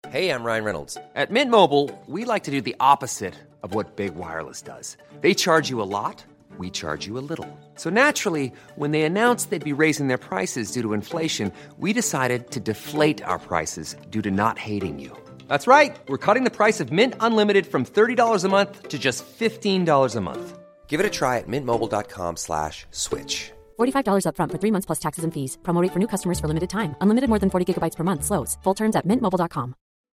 Hey, I'm Ryan Reynolds. At Mint Mobile, we like to do the opposite of what Big Wireless does. They charge you a lot, we charge you a little. So naturally, when they announced they'd be raising their prices due to inflation, we decided to deflate our prices due to not hating you. That's right. We're cutting the price of Mint Unlimited from $30 a month to just $15 a month. Give it a try at mintmobile.com/switch. $45 up front for 3 months plus taxes and fees. Promo rate for new customers for limited time. Unlimited more than 40 gigabytes per month. Slows full terms at mintmobile.com.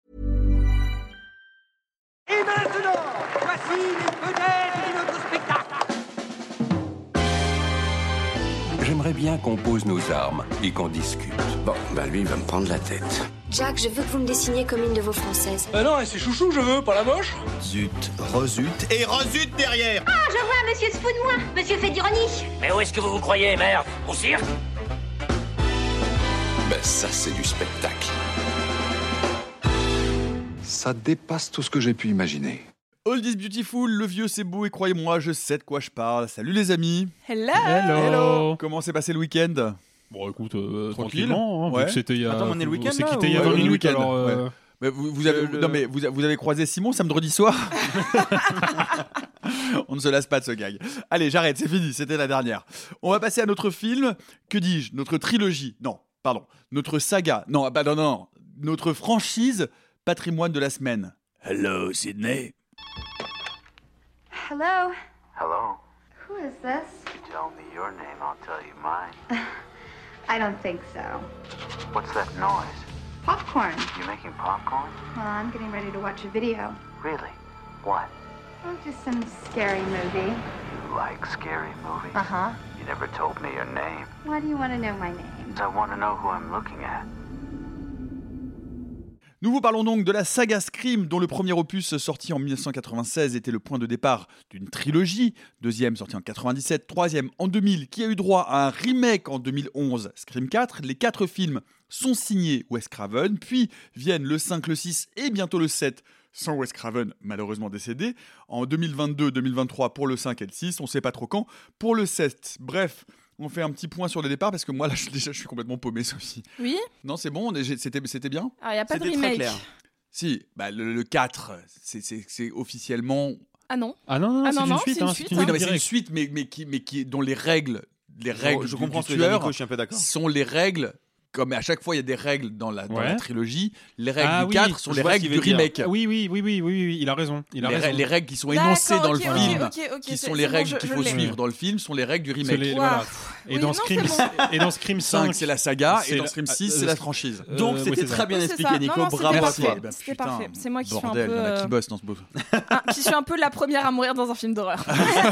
Et maintenant, voici les vedettes de notre spectacle. J'aimerais bien qu'on pose nos armes et qu'on discute. Bon, lui, il va me prendre la tête. Jack, je veux que vous me dessiniez comme une de vos françaises. Non, c'est chouchou, je veux, pas la moche. Zut, rezut et rezut derrière. Ah, je vois, monsieur se fout de moi. Monsieur fait d'ironie. Mais où est-ce que vous vous croyez, merde? Au cirque? Ça, c'est du spectacle. Ça dépasse tout ce que j'ai pu imaginer. Old is beautiful, le vieux c'est beau et croyez-moi, je sais de quoi je parle. Salut les amis. Hello. Comment s'est passé le week-end? Bon, écoute, tranquillement, vu que c'était il y a... Attends, on est le week-end c'est là, quitté il y a 20 minutes, week-end, alors... ouais. Mais vous avez croisé Simon samedi soir? On ne se lasse pas de ce gag. Allez, j'arrête, c'est fini, c'était la dernière. On va passer à notre film, que dis-je? Notre trilogie. Non, pardon. Notre saga. Non, non. Notre franchise patrimoine de la semaine. Hello, Sydney. Hello. Hello. Who is this? You tell me your name, I'll tell you mine. I don't think so. What's that noise? Popcorn. You making popcorn? Well, I'm getting ready to watch a video. Really? What? Oh, just some scary movie. You like scary movies? Uh-huh. You never told me your name. Why do you want to know my name? I want to know who I'm looking at. Nous vous parlons donc de la saga Scream, dont le premier opus sorti en 1996 était le point de départ d'une trilogie, deuxième sorti en 97, troisième en 2000, qui a eu droit à un remake en 2011, Scream 4. Les 4 films sont signés Wes Craven, puis viennent le 5, le 6 et bientôt le 7, sans Wes Craven, malheureusement décédé, en 2022-2023 pour le 5 et le 6, on ne sait pas trop quand, pour le 7. Bref, on fait un petit point sur le départ parce que moi, là, je suis complètement paumé, Sophie. Oui. Non, c'est bon, c'était bien. Alors, il n'y a pas de remake. Si, le 4, c'est officiellement... Ah non. Non, c'est une suite. Oui, c'est une suite, mais dont les règles je comprends du ce que tueur Nico, je suis un peu d'accord. sont les règles... Comme à chaque fois, il y a des règles dans la trilogie. Les règles du 4 sont les règles du remake. Oui, il a raison. Les règles qui sont énoncées dans le film, qui sont les règles qu'il faut suivre dans le film, sont les règles du remake. Voilà. Et dans Scream 5, c'est la saga, et dans Scream 6, c'est la franchise. Donc c'était très bien expliqué, Nico. Bravo à toi. C'était parfait. C'est moi qui suis un peu... Bordel, il y en a qui bossent dans ce beau. Qui suis un peu la première à mourir dans un film d'horreur.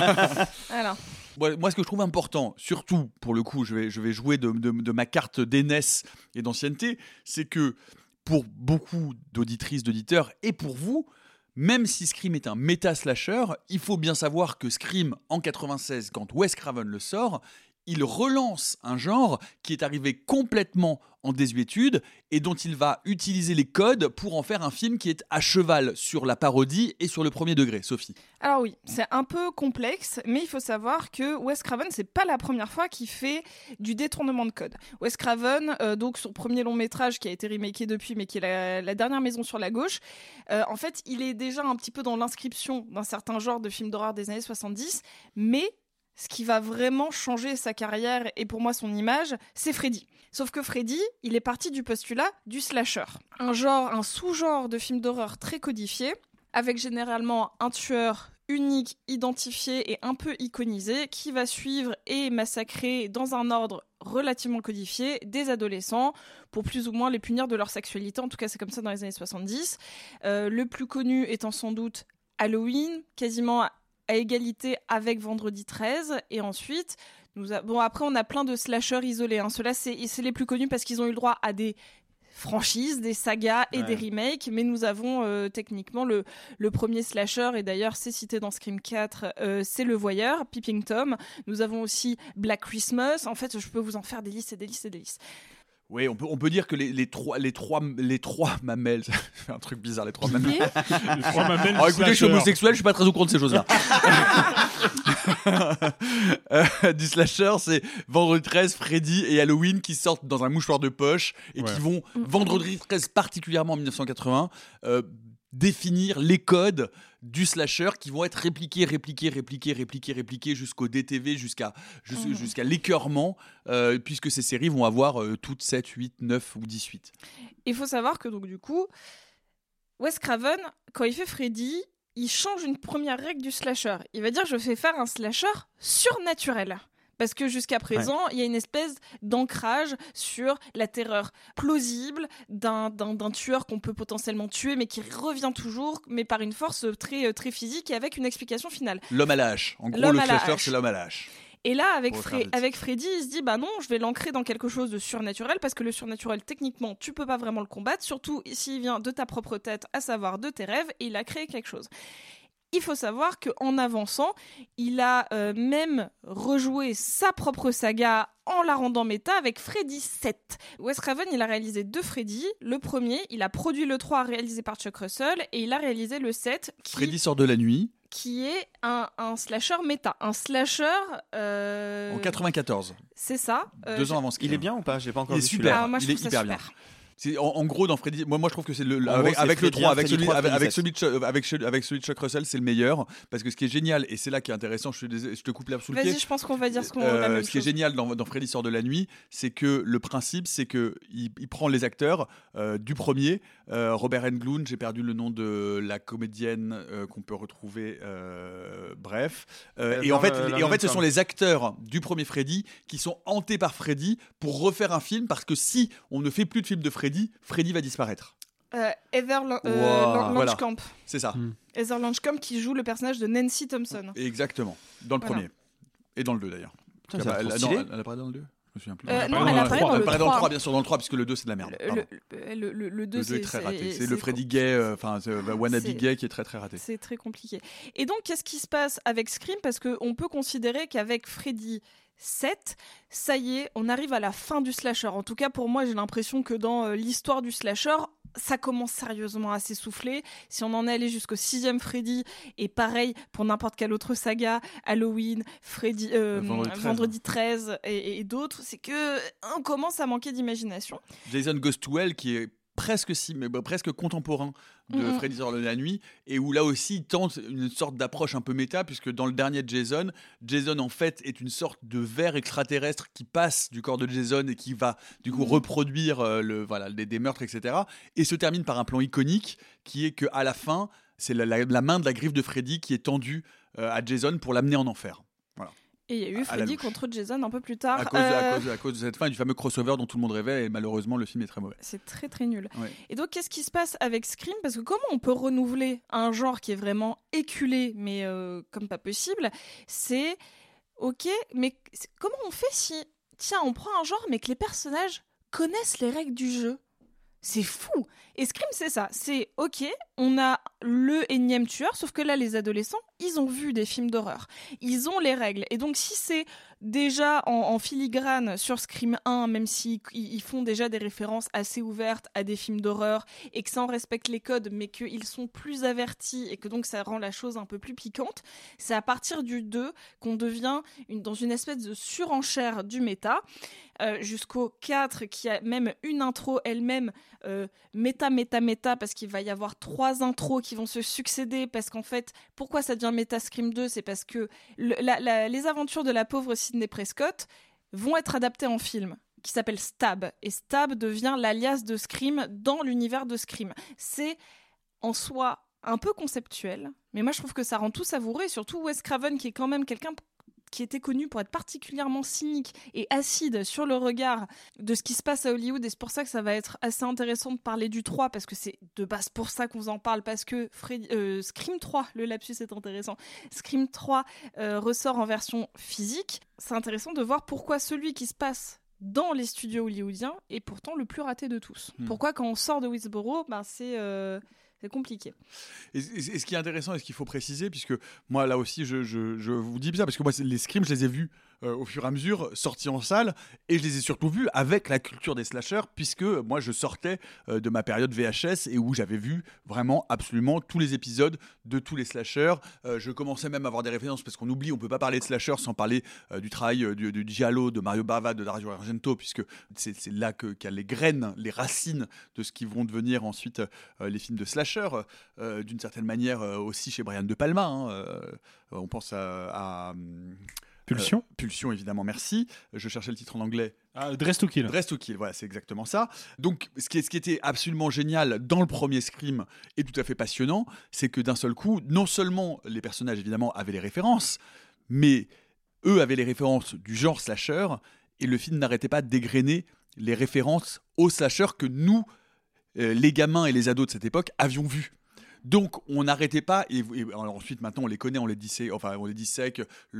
Voilà. Moi, ce que je trouve important, surtout pour le coup, je vais jouer de ma carte d'aînesse et d'ancienneté, c'est que pour beaucoup d'auditrices, d'auditeurs, et pour vous, même si Scream est un méta-slasher, il faut bien savoir que Scream, en 96, quand Wes Craven le sort, il relance un genre qui est arrivé complètement en désuétude et dont il va utiliser les codes pour en faire un film qui est à cheval sur la parodie et sur le premier degré. Sophie. Alors oui, c'est un peu complexe, mais il faut savoir que Wes Craven, c'est pas la première fois qu'il fait du détournement de code. Wes Craven, donc son premier long métrage qui a été remaké depuis, mais qui est la dernière maison sur la gauche, en fait, il est déjà un petit peu dans l'inscription d'un certain genre de film d'horreur des années 70, mais ce qui va vraiment changer sa carrière et pour moi son image, c'est Freddy. Sauf que Freddy, il est parti du postulat du slasher. Un sous-genre de film d'horreur très codifié, avec généralement un tueur unique, identifié et un peu iconisé, qui va suivre et massacrer dans un ordre relativement codifié des adolescents pour plus ou moins les punir de leur sexualité. En tout cas, c'est comme ça dans les années 70. Le plus connu étant sans doute Halloween, quasiment à égalité avec Vendredi 13, et ensuite après on a plein de slashers isolés, Ceux-là c'est les plus connus parce qu'ils ont eu le droit à des franchises, des sagas et des remakes, mais nous avons techniquement le premier slasher, et d'ailleurs c'est cité dans Scream 4, c'est Le Voyeur, Peeping Tom. Nous avons aussi Black Christmas. En fait, je peux vous en faire des listes et des listes et des listes. Oui, on peut dire que les trois mamelles, ça fait un truc bizarre, les trois mamelles. Les trois mamelles. Alors écoutez, je suis homosexuel, je suis pas très au courant de ces choses-là. Du slasher, c'est Vendredi 13, Freddy et Halloween qui sortent dans un mouchoir de poche et qui vont, Vendredi 13 particulièrement en 1980, définir les codes du slasher qui vont être répliqués jusqu'au DTV, jusqu'à l'écœurement, puisque ces séries vont avoir toutes 7, 8, 9 ou 18. Il faut savoir que donc du coup, Wes Craven, quand il fait Freddy, il change une première règle du slasher. Il va dire je vais faire un slasher surnaturel. Parce que jusqu'à présent, il y a une espèce d'ancrage sur la terreur plausible d'un tueur qu'on peut potentiellement tuer, mais qui revient toujours, mais par une force très, très physique et avec une explication finale. L'homme à la hache. En gros, le slasher, c'est l'homme à la hache. Et là, avec Freddy, il se dit bah non, je vais l'ancrer dans quelque chose de surnaturel, parce que le surnaturel, techniquement, tu peux pas vraiment le combattre, surtout s'il vient de ta propre tête, à savoir de tes rêves, et il a créé quelque chose. Il faut savoir qu'en avançant, il a même rejoué sa propre saga en la rendant méta avec Freddy 7. Wes Craven, il a réalisé 2 Freddy. Le premier, il a produit le 3 réalisé par Chuck Russell et il a réalisé le 7 Freddy sort de la nuit. Qui est un slasher méta. Un slasher... En 94. C'est ça. 2 ans avant Scream. Il est bien ou pas ? J'ai pas encore vu celui-là. Ah, moi, je il est trouve hyper ça bien. super. En gros, dans Freddy, moi je trouve que c'est avec le 3, avec celui de Chuck Russell, c'est le meilleur, parce que ce qui est génial, et c'est là qui est intéressant, je te coupe l'herbe sous le pied. Vas-y, je pense qu'on va dire la même chose. Ce qui est génial dans Freddy sort de la nuit, c'est que le principe, c'est que il prend les acteurs du premier, Robert Englund, j'ai perdu le nom de la comédienne qu'on peut retrouver, bref. Et en fait, ce sont les acteurs du premier Freddy qui sont hantés par Freddy pour refaire un film, parce que si on ne fait plus de film de Freddy va disparaître. Heather Langenkamp. C'est ça. Heather Langenkamp qui joue le personnage de Nancy Thompson. Exactement. Dans le premier. Et dans le 2 d'ailleurs. Elle apparaît dans le 2 ? Je me souviens plus. Non, elle apparaît dans le 3. Dans le 3, bien sûr, dans le 3, puisque le 2 c'est de la merde. Le 2 est très raté. C'est le Freddy gay, wannabe gay qui est très très raté. C'est très compliqué. Et donc, qu'est-ce qui se passe avec Scream ? Parce qu'on peut considérer qu'avec Freddy 7, ça y est, on arrive à la fin du slasher. En tout cas, pour moi, j'ai l'impression que dans l'histoire du slasher, ça commence sérieusement à s'essouffler. Si on en est allé jusqu'au 6e Freddy, et pareil pour n'importe quelle autre saga, Halloween, Freddy, Vendredi 13 et d'autres, c'est que on commence à manquer d'imagination. Jason Goes to Hell, qui est presque contemporain de Freddy sort de la nuit, et où là aussi il tente une sorte d'approche un peu méta, puisque dans le dernier Jason en fait est une sorte de ver extraterrestre qui passe du corps de Jason et qui va du coup reproduire des meurtres, etc. Et se termine par un plan iconique qui est qu'à la fin c'est la main de la griffe de Freddy qui est tendue à Jason pour l'amener en enfer. Voilà. Et il y a eu Freddy contre Jason un peu plus tard. À cause de cette fin et du fameux crossover dont tout le monde rêvait, et malheureusement le film est très mauvais. C'est très très nul. Ouais. Et donc qu'est-ce qui se passe avec Scream ? Parce que comment on peut renouveler un genre qui est vraiment éculé, mais comme pas possible ? C'est ok, mais comment on fait si, tiens, on prend un genre mais que les personnages connaissent les règles du jeu ? C'est fou. Et Scream, c'est ça. C'est ok, on a le énième tueur, sauf que là, les adolescents, ils ont vu des films d'horreur. Ils ont les règles. Et donc, si c'est déjà en filigrane sur Scream 1, même s'ils font déjà des références assez ouvertes à des films d'horreur, et que ça en respecte les codes, mais qu'ils sont plus avertis, et que donc ça rend la chose un peu plus piquante, c'est à partir du 2 qu'on devient dans une espèce de surenchère du méta, jusqu'au 4 qui a même une intro elle-même méta, parce qu'il va y avoir 3 intros qui vont se succéder, parce qu'en fait, pourquoi ça devient méta Scream 2 ? C'est parce que les aventures de la pauvre Sidney Prescott vont être adaptées en film, qui s'appelle Stab. Et Stab devient l'alias de Scream dans l'univers de Scream. C'est en soi un peu conceptuel, mais moi je trouve que ça rend tout savoureux, et surtout Wes Craven, qui est quand même quelqu'un qui était connu pour être particulièrement cynique et acide sur le regard de ce qui se passe à Hollywood, et c'est pour ça que ça va être assez intéressant de parler du 3, parce que c'est de base pour ça qu'on en parle, parce que Scream 3, le lapsus est intéressant, Scream 3 ressort en version physique. C'est intéressant de voir pourquoi celui qui se passe dans les studios hollywoodiens est pourtant le plus raté de tous. Pourquoi quand on sort de Woodsboro, c'est compliqué. Et ce qui est intéressant et ce qu'il faut préciser, puisque moi là aussi je vous dis ça, parce que moi les Scream je les ai vus au fur et à mesure sortis en salle, et je les ai surtout vus avec la culture des slashers, puisque moi je sortais de ma période VHS et où j'avais vu vraiment absolument tous les épisodes de tous les slashers. Je commençais même à avoir des références, parce qu'on oublie, on peut pas parler de slashers sans parler du travail du Giallo, de Mario Bava, de Dario Argento, puisque c'est là qu'il y a les graines, les racines de ce qui vont devenir ensuite les films de slasher, d'une certaine manière aussi chez Brian De Palma, hein. On pense à Pulsion. Pulsion, évidemment, merci. Je cherchais le titre en anglais. Dress to Kill. Dress to Kill, voilà, c'est exactement ça. Donc, ce qui était absolument génial dans le premier Scream et tout à fait passionnant, c'est que d'un seul coup, non seulement les personnages, évidemment, avaient les références, mais eux avaient les références du genre slasher, et le film n'arrêtait pas d'égrener les références aux slashers que nous, les gamins et les ados de cette époque, avions vus. Donc on n'arrêtait pas, et alors ensuite maintenant on les connaît, on les dissèque,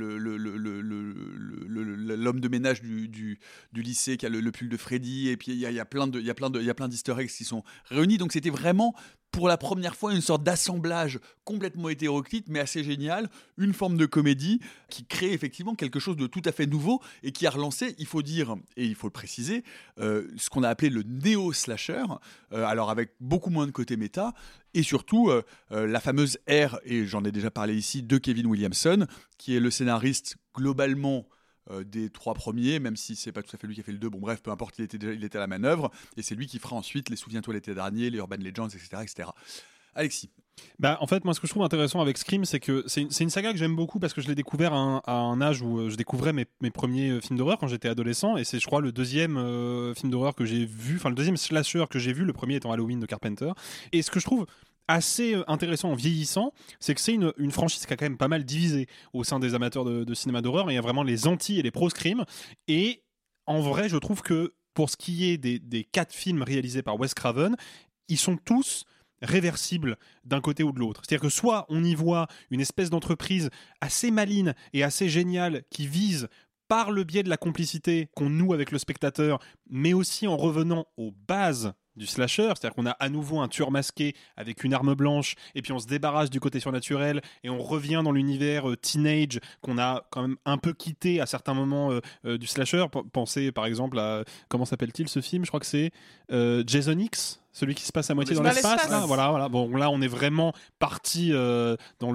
l'homme de ménage du lycée qui a le pull de Freddy, et puis il y a plein d'easter eggs qui sont réunis. Donc c'était vraiment pour la première fois une sorte d'assemblage complètement hétéroclite mais assez génial, une forme de comédie qui crée effectivement quelque chose de tout à fait nouveau et qui a relancé, il faut dire et il faut le préciser, ce qu'on a appelé le néo-slasher, alors avec beaucoup moins de côté méta, et surtout la fameuse ère, et j'en ai déjà parlé ici, de Kevin Williamson, qui est le scénariste globalement des 3 premiers, même si c'est pas tout à fait lui qui a fait le 2, bon bref, peu importe, il était à la manœuvre, et c'est lui qui fera ensuite les Souviens-toi l'été dernier, les Urban Legends, etc. Alexis. En fait, moi, ce que je trouve intéressant avec Scream, c'est que c'est une saga que j'aime beaucoup parce que je l'ai découvert à un âge où je découvrais mes premiers films d'horreur quand j'étais adolescent, et c'est, je crois, le deuxième film d'horreur que j'ai vu, enfin le deuxième slasher que j'ai vu, le premier étant Halloween de Carpenter. Et ce que je trouve assez intéressant en vieillissant, c'est que c'est une franchise qui a quand même pas mal divisé au sein des amateurs de cinéma d'horreur. Il y a vraiment les anti et les pro Scream, et en vrai, je trouve que pour ce qui est des 4 films réalisés par Wes Craven, ils sont tous réversibles d'un côté ou de l'autre. C'est-à-dire que soit on y voit une espèce d'entreprise assez maligne et assez géniale qui vise, par le biais de la complicité qu'on noue avec le spectateur, mais aussi en revenant aux bases du slasher, c'est-à-dire qu'on a à nouveau un tueur masqué avec une arme blanche, et puis on se débarrasse du côté surnaturel et on revient dans l'univers teenage qu'on a quand même un peu quitté à certains moments du slasher. Pensez par exemple à, comment s'appelle-t-il ce film ? Je crois que c'est Jason X, celui qui se passe à moitié dans l'espace. Là. Voilà. Bon, là on est vraiment parti dans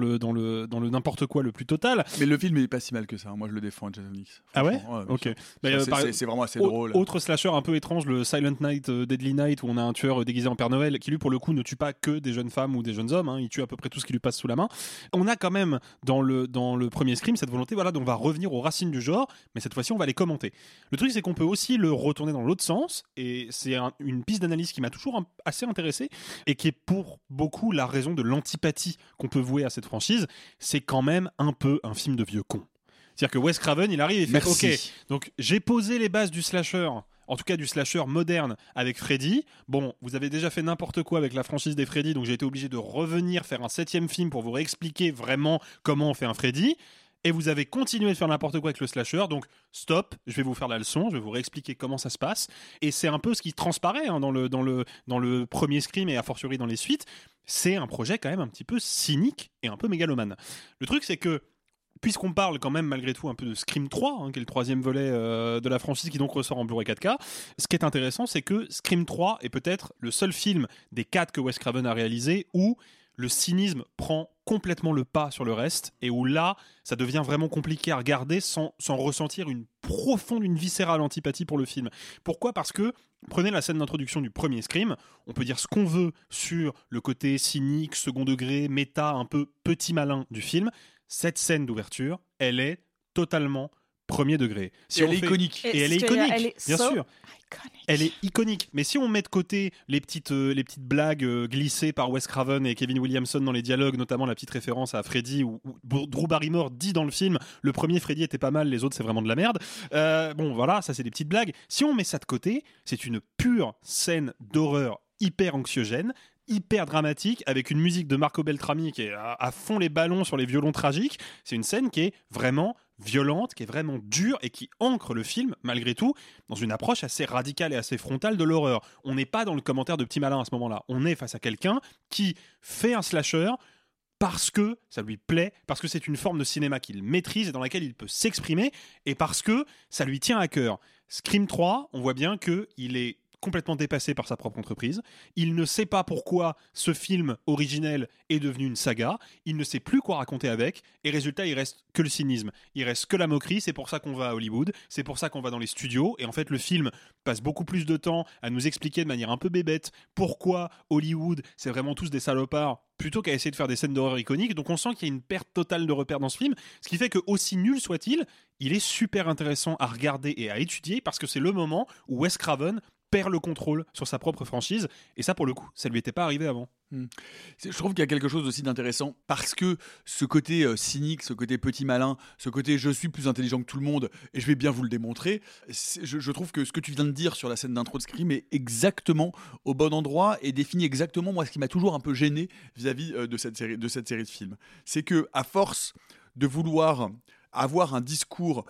le n'importe quoi le plus total. Mais le film est pas si mal que ça. Moi je le défends, Jason X. Ah ouais, ok. C'est vraiment assez drôle. Autre slasher un peu étrange, le Silent Night, Deadly Night, où on a un tueur déguisé en Père Noël qui lui pour le coup ne tue pas que des jeunes femmes ou des jeunes hommes, hein, il tue à peu près tout ce qui lui passe sous la main. On a quand même dans le premier Scream cette volonté, voilà, donc on va revenir aux racines du genre, mais cette fois-ci on va les commenter. Le truc c'est qu'on peut aussi le retourner dans l'autre sens, et c'est une piste d'analyse qui m'a toujours assez intéressé et qui est pour beaucoup la raison de l'antipathie qu'on peut vouer à cette franchise. C'est quand même un peu un film de vieux con. C'est-à-dire que Wes Craven il arrive et fait ok, donc j'ai posé les bases du slasher, en tout cas du slasher moderne avec Freddy. Bon, vous avez déjà fait n'importe quoi avec la franchise des Freddy, donc j'ai été obligé de revenir faire un 7e film pour vous réexpliquer vraiment comment on fait un Freddy. Et vous avez continué de faire n'importe quoi avec le slasher, donc stop, je vais vous faire la leçon, je vais vous réexpliquer comment ça se passe. Et c'est un peu ce qui transparaît hein, dans le premier Scream et a fortiori dans les suites. C'est un projet quand même un petit peu cynique et un peu mégalomane. Le truc c'est que, puisqu'on parle quand même malgré tout un peu de Scream 3, hein, qui est le 3e volet de la franchise qui donc ressort en Blu-ray 4K, ce qui est intéressant c'est que Scream 3 est peut-être le seul film des 4 que Wes Craven a réalisé où le cynisme prend complètement le pas sur le reste, et où là, ça devient vraiment compliqué à regarder sans ressentir une profonde, une viscérale antipathie pour le film. Pourquoi ? Parce que, prenez la scène d'introduction du premier Scream, on peut dire ce qu'on veut sur le côté cynique, second degré, méta, un peu petit malin du film. Cette scène d'ouverture, elle est totalement premier degré. Et elle est iconique. Et elle est iconique, bien sûr. Elle est iconique. Mais si on met de côté les petites blagues glissées par Wes Craven et Kevin Williamson dans les dialogues, notamment la petite référence à Freddy où Drew Barrymore dit dans le film le premier Freddy était pas mal, les autres c'est vraiment de la merde. Bon voilà, ça c'est des petites blagues. Si on met ça de côté, c'est une pure scène d'horreur hyper anxiogène, hyper dramatique, avec une musique de Marco Beltrami qui est à fond les ballons sur les violons tragiques. C'est une scène qui est vraiment violente, qui est vraiment dure et qui ancre le film, malgré tout, dans une approche assez radicale et assez frontale de l'horreur. On n'est pas dans le commentaire de petit malin à ce moment-là. On est face à quelqu'un qui fait un slasher parce que ça lui plaît, parce que c'est une forme de cinéma qu'il maîtrise et dans laquelle il peut s'exprimer, et parce que ça lui tient à cœur. Scream 3, on voit bien qu'il est complètement dépassé par sa propre entreprise. Il ne sait pas pourquoi ce film originel est devenu une saga. Il ne sait plus quoi raconter avec. Et résultat, il reste que le cynisme. Il reste que la moquerie. C'est pour ça qu'on va à Hollywood. C'est pour ça qu'on va dans les studios. Et en fait, le film passe beaucoup plus de temps à nous expliquer de manière un peu bébête pourquoi Hollywood, c'est vraiment tous des salopards, plutôt qu'à essayer de faire des scènes d'horreur iconiques. Donc on sent qu'il y a une perte totale de repères dans ce film. Ce qui fait que, aussi nul soit-il, il est super intéressant à regarder et à étudier parce que c'est le moment où Wes Craven perd le contrôle sur sa propre franchise, et ça pour le coup ça lui était pas arrivé avant. Je trouve qu'il y a quelque chose aussi d'intéressant parce que ce côté cynique, ce côté petit malin, ce côté je suis plus intelligent que tout le monde et je vais bien vous le démontrer, je trouve que ce que tu viens de dire sur la scène d'intro de Scream est exactement au bon endroit et définit exactement moi ce qui m'a toujours un peu gêné vis-à-vis de cette série de films. C'est que à force de vouloir avoir un discours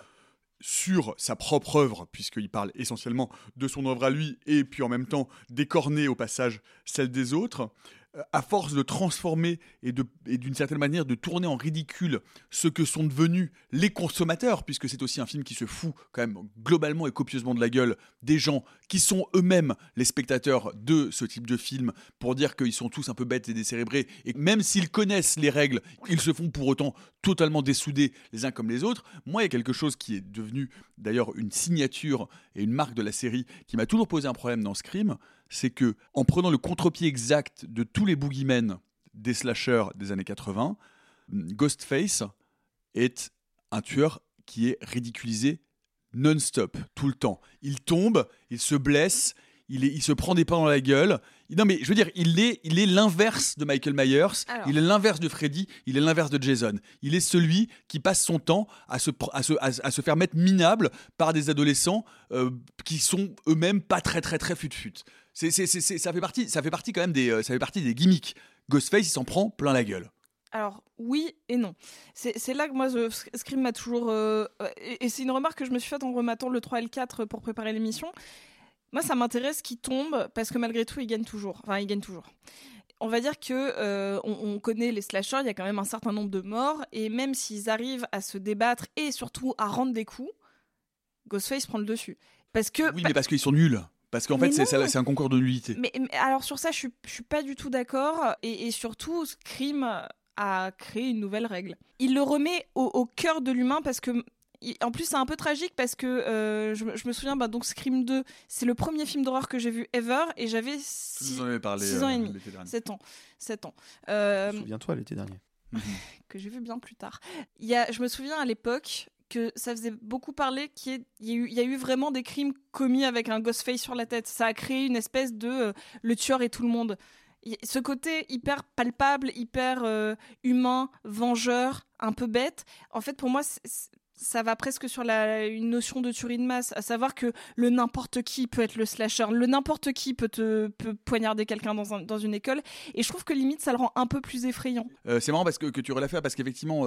sur sa propre œuvre, puisqu'il parle essentiellement de son œuvre à lui, et puis en même temps d'écorner au passage celle des autres, à force de transformer et d'une certaine manière de tourner en ridicule ce que sont devenus les consommateurs, puisque c'est aussi un film qui se fout quand même globalement et copieusement de la gueule des gens qui sont eux-mêmes les spectateurs de ce type de film, pour dire qu'ils sont tous un peu bêtes et décérébrés, et même s'ils connaissent les règles, ils se font pour autant totalement dessoudés les uns comme les autres. Moi, il y a quelque chose qui est devenu d'ailleurs une signature et une marque de la série qui m'a toujours posé un problème dans Scream, c'est que en prenant le contre-pied exact de tous les boogeymen des slashers des années 80, Ghostface est un tueur qui est ridiculisé non-stop, tout le temps. Il tombe, il se blesse, il se prend des pains dans la gueule. Non mais je veux dire, il est l'inverse de Michael Myers, il est l'inverse de Freddy, il est l'inverse de Jason. Il est celui qui passe son temps à se faire mettre minable par des adolescents qui sont eux-mêmes pas très très très fut-fut. Ça fait partie quand même ça fait partie des gimmicks. Ghostface, il s'en prend plein la gueule. Alors, oui et non. C'est là que moi, Scream m'a toujours... et c'est une remarque que je me suis faite en rematant le 3 et le 4 pour préparer l'émission. Moi, ça m'intéresse qu'il tombe parce que malgré tout, il gagne toujours. Enfin, il gagne toujours. On va dire que on connaît les slashers, il y a quand même un certain nombre de morts, et même s'ils arrivent à se débattre et surtout à rendre des coups, Ghostface prend le dessus. Parce que... Oui, mais parce qu'ils sont nuls. Parce qu'en fait, c'est un concours de nullité. Mais alors sur ça, je suis pas du tout d'accord. Et surtout, Scream a créé une nouvelle règle. Il le remet au cœur de l'humain parce que... En plus, c'est un peu tragique parce que je me souviens, donc Scream 2, c'est le premier film d'horreur que j'ai vu ever et j'avais 6 ans et demi, 7 ans. Souviens-toi l'été dernier. Que j'ai vu bien plus tard. Je me souviens à l'époque que ça faisait beaucoup parler qu'il y a eu vraiment des crimes commis avec un Ghostface sur la tête. Ça a créé une espèce de le tueur et tout le monde. Ce côté hyper palpable, hyper humain, vengeur, un peu bête. En fait, pour moi, ça va presque sur une notion de tuerie de masse, à savoir que le n'importe qui peut être le slasher, le n'importe qui peut poignarder quelqu'un dans une école, et je trouve que limite ça le rend un peu plus effrayant. C'est marrant parce que tu aurais l'affaire, parce qu'effectivement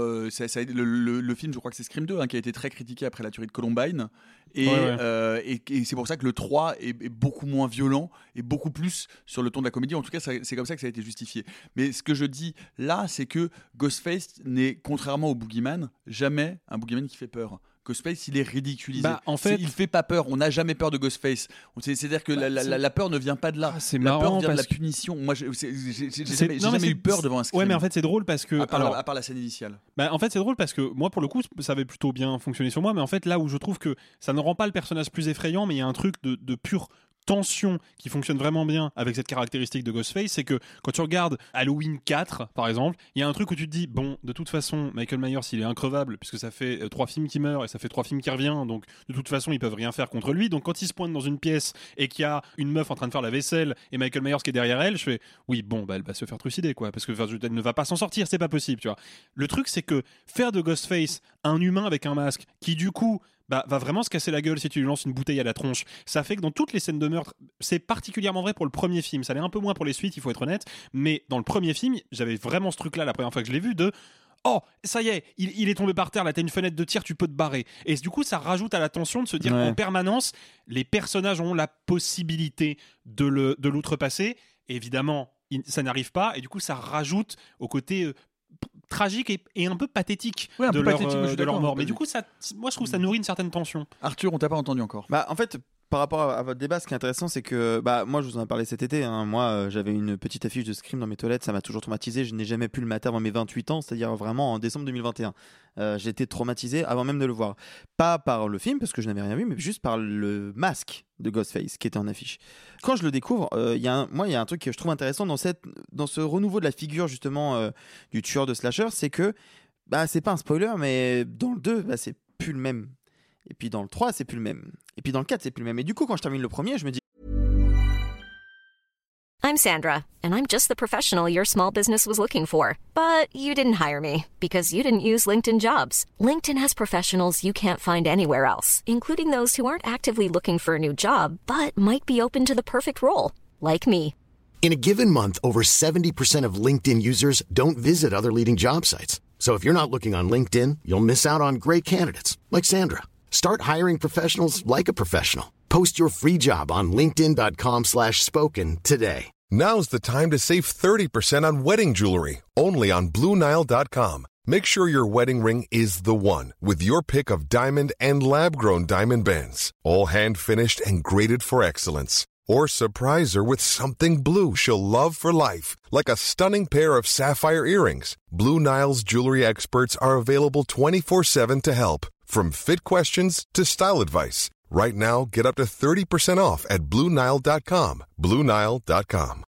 le film, je crois que c'est Scream 2 qui a été très critiqué après la tuerie de Columbine, et c'est pour ça que le 3 est beaucoup moins violent et beaucoup plus sur le ton de la comédie. En tout cas, c'est comme ça que ça a été justifié. Mais ce que je dis là, c'est que Ghostface n'est, contrairement au Boogeyman, jamais un Boogeyman qui fait peur. Ghostface, il est ridiculisé. En fait, il fait pas peur. On n'a jamais peur deGhostface. C'est-à-dire que la peur ne vient pas de là. C'est la marrant peur vient de la parce que... punition. Moi, j'ai jamais eu peur devant un Scream. Ouais, mais en fait, c'est drôle parce que... À part la scène initiale. En fait, c'est drôle parce que moi, pour le coup, ça avait plutôt bien fonctionné sur moi. Mais en fait, là où je trouve que ça ne rend pas le personnage plus effrayant, mais il y a un truc de pure tension qui fonctionne vraiment bien avec cette caractéristique de Ghostface, c'est que quand tu regardes Halloween 4 par exemple, il y a un truc où tu te dis bon, de toute façon Michael Myers il est increvable puisque ça fait 3 films qui meurent et ça fait 3 films qui revient, donc de toute façon ils peuvent rien faire contre lui. Donc quand il se pointe dans une pièce et qu'il y a une meuf en train de faire la vaisselle et Michael Myers qui est derrière elle, je fais oui bon elle va se faire trucider quoi, parce que elle ne va pas s'en sortir, c'est pas possible, tu vois. Le truc c'est que faire de Ghostface un humain avec un masque qui du coup va vraiment se casser la gueule si tu lui lances une bouteille à la tronche. Ça fait que dans toutes les scènes de meurtre, c'est particulièrement vrai pour le premier film, ça l'est un peu moins pour les suites, il faut être honnête, mais dans le premier film, j'avais vraiment ce truc-là la première fois que je l'ai vu oh, ça y est, il est tombé par terre, là t'as une fenêtre de tir, tu peux te barrer. Et du coup, ça rajoute à la tension de se dire en permanence, les personnages ont la possibilité de l'outrepasser. Évidemment, ça n'arrive pas, et du coup, ça rajoute au côté tragique et un peu pathétique Ouais, un de peu leur, pathétique, je suis de leur d'accord. mort. Mais du coup, moi je trouve que ça nourrit une certaine tension. Arthur, on t'a pas entendu encore. Bah, en fait, par rapport à votre débat, ce qui est intéressant, c'est que moi, je vous en ai parlé cet été. Hein. Moi, j'avais une petite affiche de Scream dans mes toilettes. Ça m'a toujours traumatisé. Je n'ai jamais pu le mater avant mes 28 ans, c'est-à-dire vraiment en décembre 2021. J'ai été traumatisé avant même de le voir. Pas par le film, parce que je n'avais rien vu, mais juste par le masque de Ghostface qui était en affiche. Quand je le découvre, il y a un truc que je trouve intéressant dans ce renouveau de la figure justement du tueur de slasher, c'est que c'est pas un spoiler, mais dans le 2, c'est plus le même. Et puis dans le 3, c'est plus le même. Et puis dans le 4, c'est plus le même. Et du coup, quand je termine le premier, je me dis... I'm Sandra, and I'm just the professional your small business was looking for. But you didn't hire me, because you didn't use LinkedIn Jobs. LinkedIn has professionals you can't find anywhere else, including those who aren't actively looking for a new job, but might be open to the perfect role, like me. In a given month, over 70% of LinkedIn users don't visit other leading job sites. So if you're not looking on LinkedIn, you'll miss out on great candidates, like Sandra. Start hiring professionals like a professional. Post your free job on linkedin.com/spoken today. Now's the time to save 30% on wedding jewelry, only on BlueNile.com. Make sure your wedding ring is the one, with your pick of diamond and lab-grown diamond bands, all hand-finished and graded for excellence. Or surprise her with something blue she'll love for life, like a stunning pair of sapphire earrings. Blue Nile's jewelry experts are available 24/7 to help. From fit questions to style advice. Right now, get up to 30% off at BlueNile.com. BlueNile.com.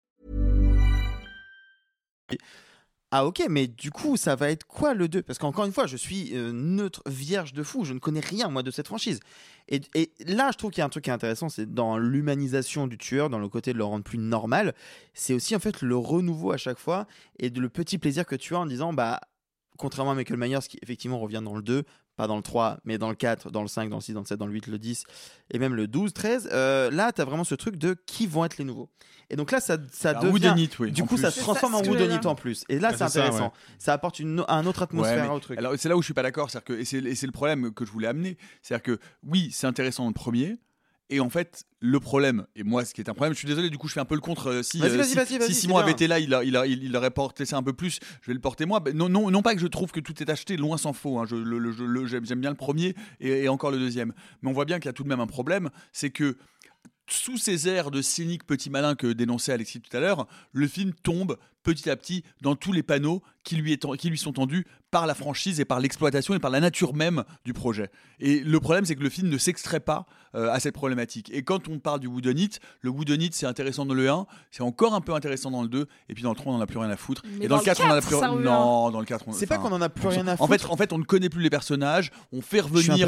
Ah ok, mais du coup, ça va être quoi le 2 ? Parce qu'encore une fois, je suis neutre, vierge de fou. Je ne connais rien, moi, de cette franchise. Et là, je trouve qu'il y a un truc qui est intéressant, c'est dans l'humanisation du tueur, dans le côté de le rendre plus normal. C'est aussi, en fait, le renouveau à chaque fois et le petit plaisir que tu as en disant, contrairement à Michael Myers, qui effectivement revient dans le 2, pas dans le 3, mais dans le 4, dans le 5, dans le 6, dans le 7, dans le 8, le 10, et même le 12, 13, là, tu as vraiment ce truc de qui vont être les nouveaux. Et donc là, ça devient... Whodunit, oui. Du coup, ça se transforme en Whodunit en plus. Et là, c'est intéressant. Ça apporte un autre atmosphère au truc. Alors, c'est là où je suis pas d'accord. Et c'est le problème que je voulais amener. C'est-à-dire que, oui, c'est intéressant dans le premier. Et en fait, le problème, et moi, ce qui est un problème, je suis désolé, du coup, je fais un peu le contre. Si Simon avait été là, il aurait porté ça un peu plus. Je vais le porter moi. Non pas que je trouve que tout est acheté, loin s'en faut. Hein. J'aime bien le premier et encore le deuxième. Mais on voit bien qu'il y a tout de même un problème, c'est que sous ces airs de cynique petit malin que dénonçait Alexis tout à l'heure, le film tombe petit à petit dans tous les panneaux qui lui sont tendus par la franchise et par l'exploitation et par la nature même du projet. Et le problème, c'est que le film ne s'extrait pas à cette problématique. Et quand on parle du Whodunit, le Whodunit, c'est intéressant dans le 1, c'est encore un peu intéressant dans le 2, et puis dans le 3, on n'en a plus rien à foutre. Mais et dans le 4, on en a plus rien. Non, dans le 4, c'est pas qu'on en a plus rien à foutre. En fait, on ne connaît plus les personnages, on fait revenir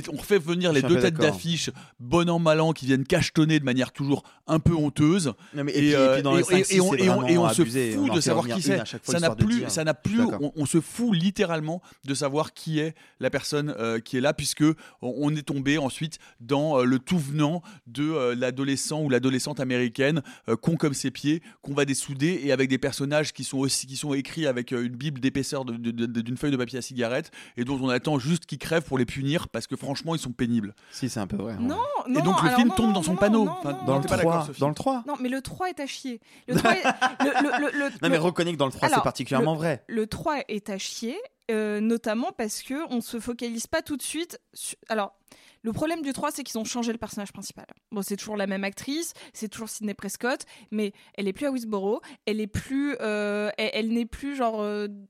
les deux têtes d'affiche, bon an, mal an, qui viennent cachetonner de manière toujours un peu honteuse. Non, mais et puis dans le 5, et on se fout de savoir qui c'est. Ça n'a plus. On se fout littéralement de savoir qui est la personne qui est là, puisque on est tombé ensuite dans le tout venant de l'adolescent ou l'adolescente américaine con comme ses pieds, qu'on va dessouder, et avec des personnages qui sont écrits avec une bible d'épaisseur d'une feuille de papier à cigarette, et dont on attend juste qu'ils crèvent pour les punir, parce que franchement ils sont pénibles. Si, c'est un peu vrai. Non, et donc le film tombe dans son panneau. Dans le 3. Non, mais le 3 est à chier. Le 3 est... Non, mais reconnais que dans le 3, c'est particulièrement vrai. Le 3 est à chier, notamment parce qu'on ne se focalise pas tout de suite sur... Alors, le problème du 3, c'est qu'ils ont changé le personnage principal. Bon, c'est toujours la même actrice, c'est toujours Sidney Prescott, mais elle est plus à Westboro, elle est plus... elle n'est plus genre...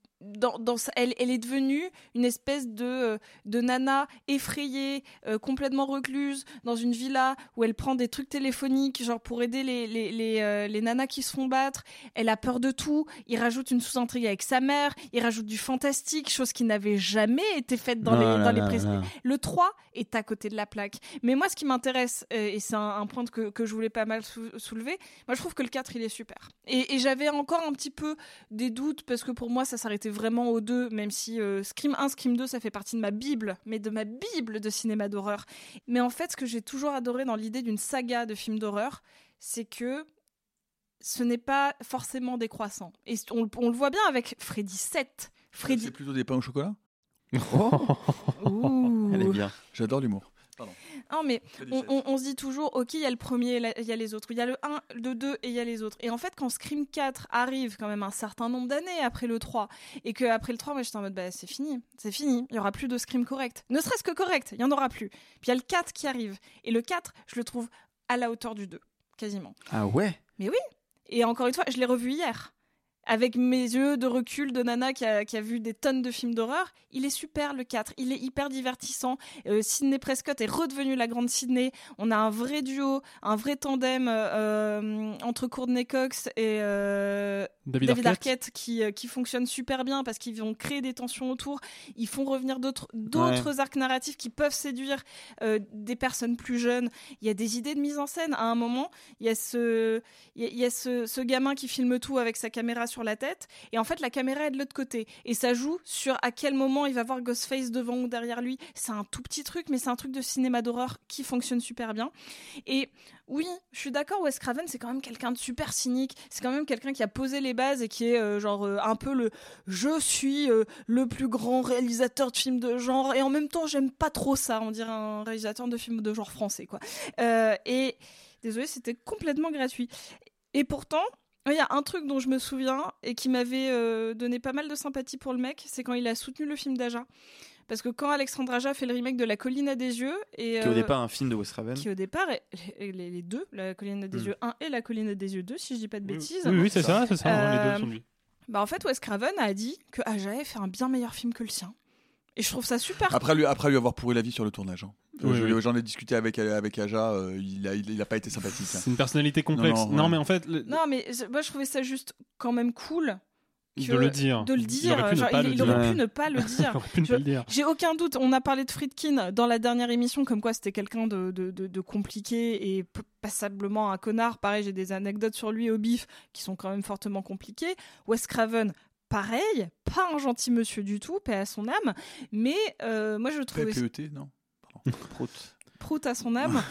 elle est devenue une espèce de nana effrayée, complètement recluse, dans une villa où elle prend des trucs téléphoniques genre pour aider les nanas qui se font battre. Elle a peur de tout. Il rajoute une sous-intrigue avec sa mère, il rajoute du fantastique, chose qui n'avait jamais été faite dans les précédents. Le 3 est à côté de la plaque. Mais moi, ce qui m'intéresse, et c'est un point que je voulais pas mal soulever, moi je trouve que le 4 il est super. Et j'avais encore un petit peu des doutes, parce que pour moi ça s'arrêtait vraiment au 2, même si Scream 1, Scream 2, ça fait partie de ma bible, mais de ma bible de cinéma d'horreur. Mais en fait, ce que j'ai toujours adoré dans l'idée d'une saga de films d'horreur, c'est que ce n'est pas forcément décroissant. Et on le voit bien avec Freddy 7. C'est plutôt des pains au chocolat. Ouh. Elle est bien. J'adore l'humour. Non, mais on se dit toujours, ok, il y a le premier, il y a les autres. Il y a le 1, le 2 et il y a les autres. Et en fait, quand Scream 4 arrive quand même un certain nombre d'années après le 3, et qu'après le 3, moi j'étais en mode, c'est fini. Il n'y aura plus de Scream correct. Ne serait-ce que correct, il n'y en aura plus. Puis il y a le 4 qui arrive. Et le 4, je le trouve à la hauteur du 2, quasiment. Ah ouais? Mais oui. Et encore une fois, je l'ai revu hier. Avec mes yeux de recul de nana qui a vu des tonnes de films d'horreur, il est super le 4, il est hyper divertissant. Sidney Prescott est redevenue la grande Sidney. On a un vrai duo, un vrai tandem entre Courtney Cox et David Arquette qui fonctionne super bien parce qu'ils vont créer des tensions autour. Ils font revenir d'autres arcs narratifs qui peuvent séduire des personnes plus jeunes. Il y a des idées de mise en scène. À un moment, il y a ce gamin qui filme tout avec sa caméra sur la tête, et en fait la caméra est de l'autre côté, et ça joue sur à quel moment il va voir Ghostface devant ou derrière lui. C'est un tout petit truc, mais c'est un truc de cinéma d'horreur qui fonctionne super bien. Et oui, je suis d'accord, Wes Craven c'est quand même quelqu'un de super cynique, c'est quand même quelqu'un qui a posé les bases et qui est un peu le je suis le plus grand réalisateur de films de genre, et en même temps j'aime pas trop ça, on dirait un réalisateur de films de genre français quoi. Et désolé, c'était complètement gratuit. Et pourtant il y a un truc dont je me souviens et qui m'avait donné pas mal de sympathie pour le mec, c'est quand il a soutenu le film d'Aja. Parce que quand Alexandre Aja fait le remake de La Colline à des yeux... qui est au départ un film de Wes Craven. Qui au départ, les deux, La Colline à des yeux 1 et La Colline à des yeux 2, si je dis pas de bêtises. Oui, c'est ça, les deux sont lui. En fait, Wes Craven a dit que Aja avait fait un bien meilleur film que le sien. Et je trouve ça super. Après lui avoir pourri la vie sur le tournage. J'en ai discuté avec Aja, il a pas été sympathique. C'est une personnalité complexe. Non, mais en fait. Non, mais moi je trouvais ça juste quand même cool. De le dire. Il aurait pu ne pas le dire. J'ai aucun doute. On a parlé de Friedkin dans la dernière émission, comme quoi c'était quelqu'un de compliqué et passablement un connard. Pareil, j'ai des anecdotes sur lui au bif qui sont quand même fortement compliquées. Wes Craven. Pareil, pas un gentil monsieur du tout, paix à son âme, mais moi je trouvais... PET, non Pardon. Prout à son âme.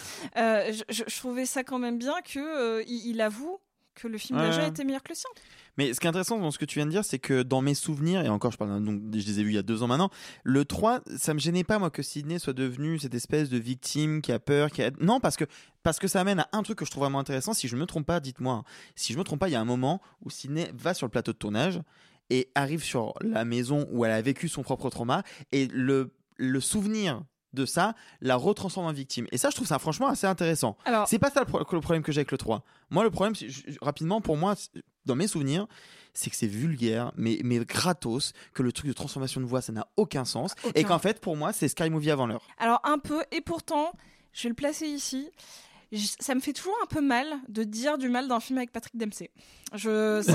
Je trouvais ça quand même bien qu'il avoue que le film d'Aja était meilleur que le sien. Mais ce qui est intéressant dans ce que tu viens de dire, c'est que dans mes souvenirs, et encore je parle donc je les ai vus il y a 2 ans maintenant, le 3, ça me gênait pas moi que Sidney soit devenu cette espèce de victime qui a peur, non, parce que ça amène à un truc que je trouve vraiment intéressant. Si je me trompe pas, dites-moi, si je me trompe pas, il y a un moment où Sidney va sur le plateau de tournage et arrive sur la maison où elle a vécu son propre trauma, et le souvenir de ça la retransforme en victime. Et ça, je trouve ça franchement assez intéressant. Alors, c'est pas ça le problème que j'ai avec le 3. Moi, le problème, rapidement, pour moi, dans mes souvenirs, c'est que c'est vulgaire, mais gratos, que le truc de transformation de voix, ça n'a aucun sens. Et qu'en fait, pour moi, c'est Scary Movie avant l'heure. Alors, un peu, et pourtant, je vais le placer ici. Ça me fait toujours un peu mal de dire du mal d'un film avec Patrick Dempsey. Ça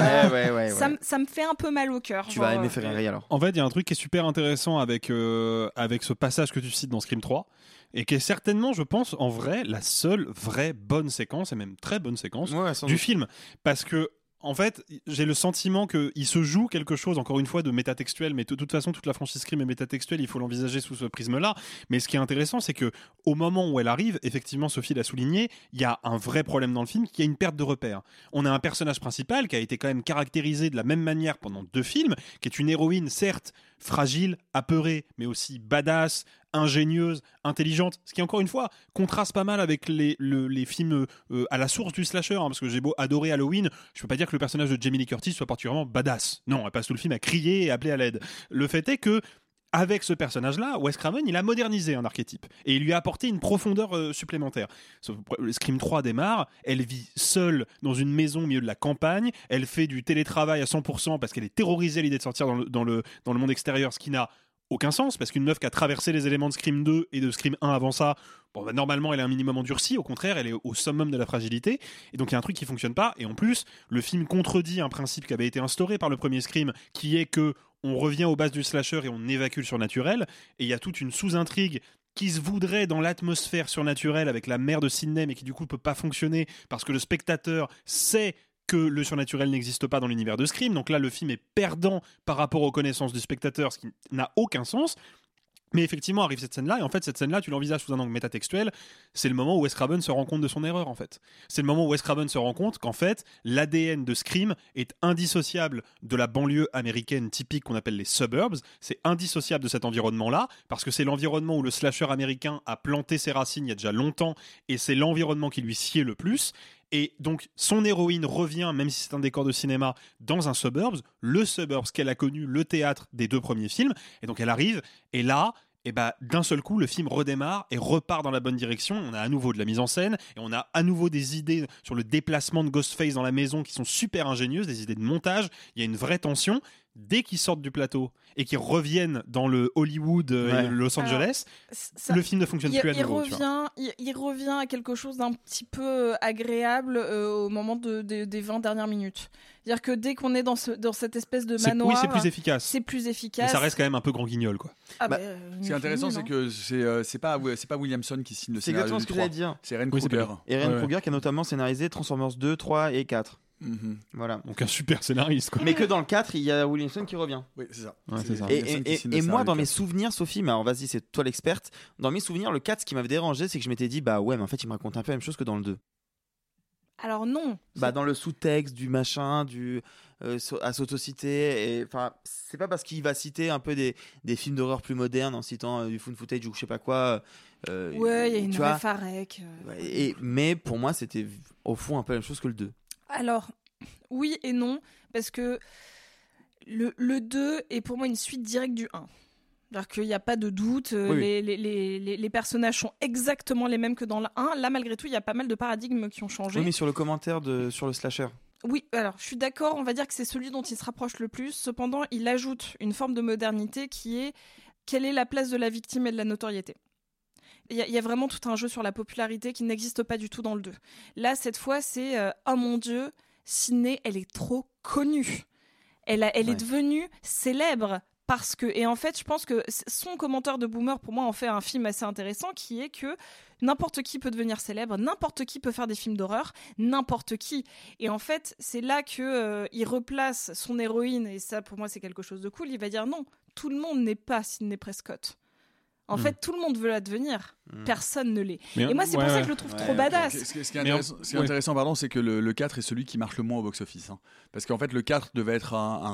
me fait un peu mal au cœur. Tu vas aimer Ferrari alors. En fait, il y a un truc qui est super intéressant avec ce passage que tu cites dans Scream 3 et qui est certainement, je pense, en vrai, la seule vraie bonne séquence, et même très bonne séquence du film. Parce que en fait, j'ai le sentiment qu'il se joue quelque chose, encore une fois, de métatextuel, mais de toute façon, toute la franchise Scream est métatextuelle, il faut l'envisager sous ce prisme-là. Mais ce qui est intéressant, c'est que au moment où elle arrive, effectivement, Sophie l'a souligné, il y a un vrai problème dans le film, qui est une perte de repère. On a un personnage principal qui a été quand même caractérisé de la même manière pendant 2 films, qui est une héroïne, certes, fragile, apeurée, mais aussi badass, ingénieuse, intelligente, ce qui encore une fois contraste pas mal avec les films à la source du slasher, parce que j'ai beau adorer Halloween, je peux pas dire que le personnage de Jamie Lee Curtis soit particulièrement badass. Non, elle passe tout le film à crier et à appeler à l'aide. Le fait est que avec ce personnage-là, Wes Craven, il a modernisé un archétype et il lui a apporté une profondeur supplémentaire. Scream 3 démarre, elle vit seule dans une maison au milieu de la campagne, elle fait du télétravail à 100% parce qu'elle est terrorisée à l'idée de sortir dans le monde extérieur, ce qui n'a aucun sens, parce qu'une meuf qui a traversé les éléments de Scream 2 et de Scream 1 avant ça, normalement elle est un minimum endurcie, au contraire elle est au summum de la fragilité, et donc il y a un truc qui fonctionne pas, et en plus le film contredit un principe qui avait été instauré par le premier Scream, qui est que on revient aux bases du slasher et on évacue le surnaturel, et il y a toute une sous-intrigue qui se voudrait dans l'atmosphère surnaturelle avec la mère de Sidney, mais qui du coup peut pas fonctionner parce que le spectateur sait que le surnaturel n'existe pas dans l'univers de Scream. Donc là, le film est perdant par rapport aux connaissances du spectateur, ce qui n'a aucun sens. Mais effectivement, arrive cette scène-là, et en fait, cette scène-là, tu l'envisages sous un angle métatextuel. C'est le moment où Wes Craven se rend compte de son erreur, en fait. C'est le moment où Wes Craven se rend compte qu'en fait, l'ADN de Scream est indissociable de la banlieue américaine typique qu'on appelle les suburbs. C'est indissociable de cet environnement-là, parce que c'est l'environnement où le slasher américain a planté ses racines il y a déjà longtemps, et c'est l'environnement qui lui sied le plus. Et donc, son héroïne revient, même si c'est un décor de cinéma, dans un suburbs, le suburbs qu'elle a connu, le théâtre des 2 premiers films. Et donc, elle arrive, et là, d'un seul coup, le film redémarre et repart dans la bonne direction. On a à nouveau de la mise en scène, et on a à nouveau des idées sur le déplacement de Ghostface dans la maison qui sont super ingénieuses, des idées de montage. Il y a une vraie tension. Dès qu'ils sortent du plateau et qu'ils reviennent dans le Hollywood et Los Angeles, le film ne fonctionne plus à nouveau. Il revient à quelque chose d'un petit peu agréable au moment des 20 dernières minutes. C'est-à-dire que dès qu'on est dans cette espèce de manoir, c'est plus efficace. Mais ça reste quand même un peu grand guignol, quoi. Ce qui est intéressant, c'est que c'est pas Williamson qui signe le scénario du 3. C'est exactement ce que j'allais dire. C'est Ehren Kruger. Ehren Kruger qui a notamment scénarisé Transformers 2, 3 et 4. Voilà. Donc un super scénariste, quoi. Mais que dans le 4, il y a Williamson qui revient. Oui, c'est ça. Et moi, dans mes souvenirs, Sophie, mais alors vas-y, c'est toi l'experte. Dans mes souvenirs, le 4, ce qui m'avait dérangé, c'est que je m'étais dit, bah ouais, mais en fait, il me raconte un peu la même chose que dans le 2. Alors non. Dans le sous-texte du machin, à s'autociter, enfin, c'est pas parce qu'il va citer un peu des films d'horreur plus modernes en citant du found footage ou je sais pas quoi. Ouais, il y a une vraie farec. Mais pour moi, c'était au fond un peu la même chose que le 2. Alors, oui et non, parce que le 2 est pour moi une suite directe du 1. C'est-à-dire qu'il n'y a pas de doute, les personnages sont exactement les mêmes que dans le 1. Là, malgré tout, il y a pas mal de paradigmes qui ont changé. Oui, mais sur le commentaire sur le slasher. Oui, alors, je suis d'accord, on va dire que c'est celui dont il se rapproche le plus. Cependant, il ajoute une forme de modernité qui est quelle est la place de la victime et de la notoriété. Il y a vraiment tout un jeu sur la popularité qui n'existe pas du tout dans le 2. Là, cette fois, c'est oh mon Dieu, Sidney, elle est trop connue. Elle est devenue célèbre parce que... Et en fait, je pense que son commentaire de Boomer, pour moi, en fait un film assez intéressant qui est que n'importe qui peut devenir célèbre, n'importe qui peut faire des films d'horreur, n'importe qui. Et en fait, c'est là qu'il replace son héroïne, et ça, pour moi, c'est quelque chose de cool. Il va dire non, tout le monde n'est pas Sidney Prescott. En fait, tout le monde veut la devenir. Personne ne l'est. Et moi, c'est pour ça que je le trouve trop badass. Ce qui est intéressant, c'est que le 4 est celui qui marche le moins au box-office. Hein. Parce qu'en fait, le 4 devait être